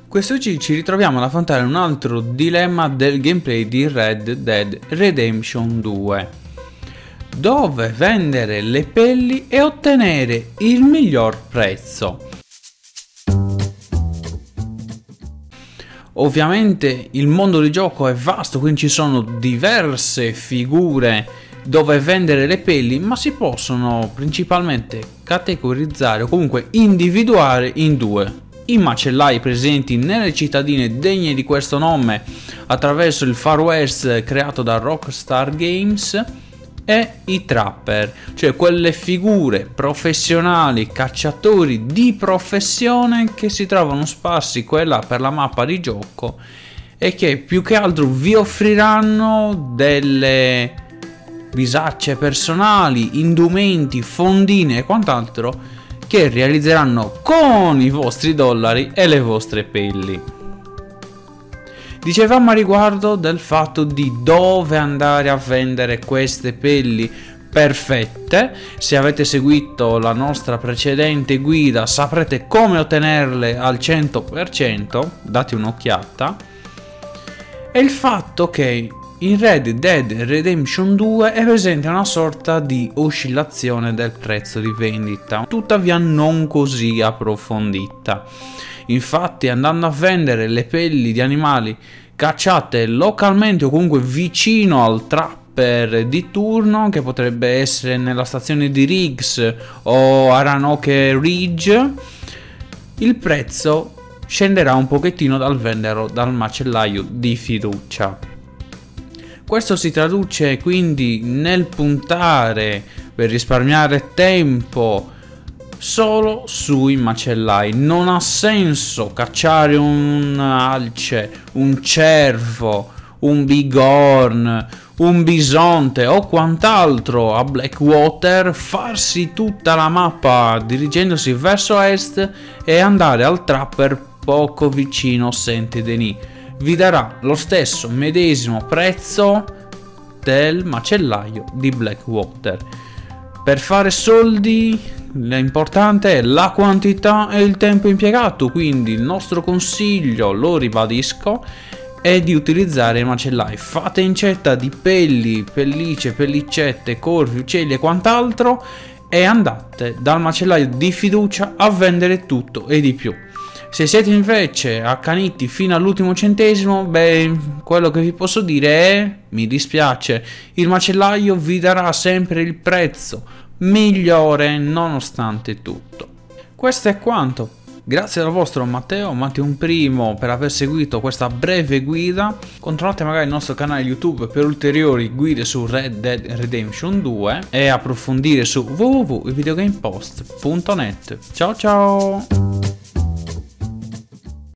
Quest'oggi ci ritroviamo ad affrontare un altro dilemma del gameplay di Red Dead Redemption 2, dove vendere le pelli e ottenere il miglior prezzo. Ovviamente il mondo di gioco è vasto, quindi ci sono diverse figure dove vendere le pelli, ma si possono principalmente categorizzare o comunque individuare in due: i macellai presenti nelle cittadine degne di questo nome attraverso il Far West creato da Rockstar Games, e i trapper, cioè quelle figure professionali, cacciatori di professione che si trovano sparsi qua e là per la mappa di gioco e che più che altro vi offriranno delle bisacce personali, indumenti, fondine e quant'altro che realizzeranno con i vostri dollari e le vostre pelli. Dicevamo a riguardo del fatto di dove andare a vendere queste pelli perfette. Se avete seguito la nostra precedente guida saprete come ottenerle al 100%, date un'occhiata. E il fatto che in Red Dead Redemption 2 è presente una sorta di oscillazione del prezzo di vendita, tuttavia non così approfondita. Infatti, andando a vendere le pelli di animali cacciate localmente o comunque vicino al trapper di turno, che potrebbe essere nella stazione di Riggs o Aranoke Ridge, il prezzo scenderà un pochettino dal venderlo dal macellaio di fiducia. Questo si traduce quindi nel puntare, per risparmiare tempo, solo sui macellai. Non ha senso cacciare un alce, un cervo, un bighorn, un bisonte o quant'altro a Blackwater, farsi tutta la mappa dirigendosi verso est e andare al trapper poco vicino Saint-Denis. Vi darà lo stesso medesimo prezzo del macellaio di Blackwater. Per fare soldi l'importante è la quantità e il tempo impiegato, quindi il nostro consiglio, lo ribadisco, è di utilizzare i macellai. Fate incetta di pelli, pellicce, pellicette, corvi, uccelli e quant'altro e andate dal macellaio di fiducia a vendere tutto e di più. Se siete invece accaniti fino all'ultimo centesimo, quello che vi posso dire è: mi dispiace, il macellaio vi darà sempre il prezzo migliore nonostante tutto. Questo è quanto. Grazie al vostro Matteo Primo per aver seguito questa breve guida. Controllate magari il nostro canale YouTube per ulteriori guide su Red Dead Redemption 2 e approfondire su www.videogamepost.net. Ciao ciao!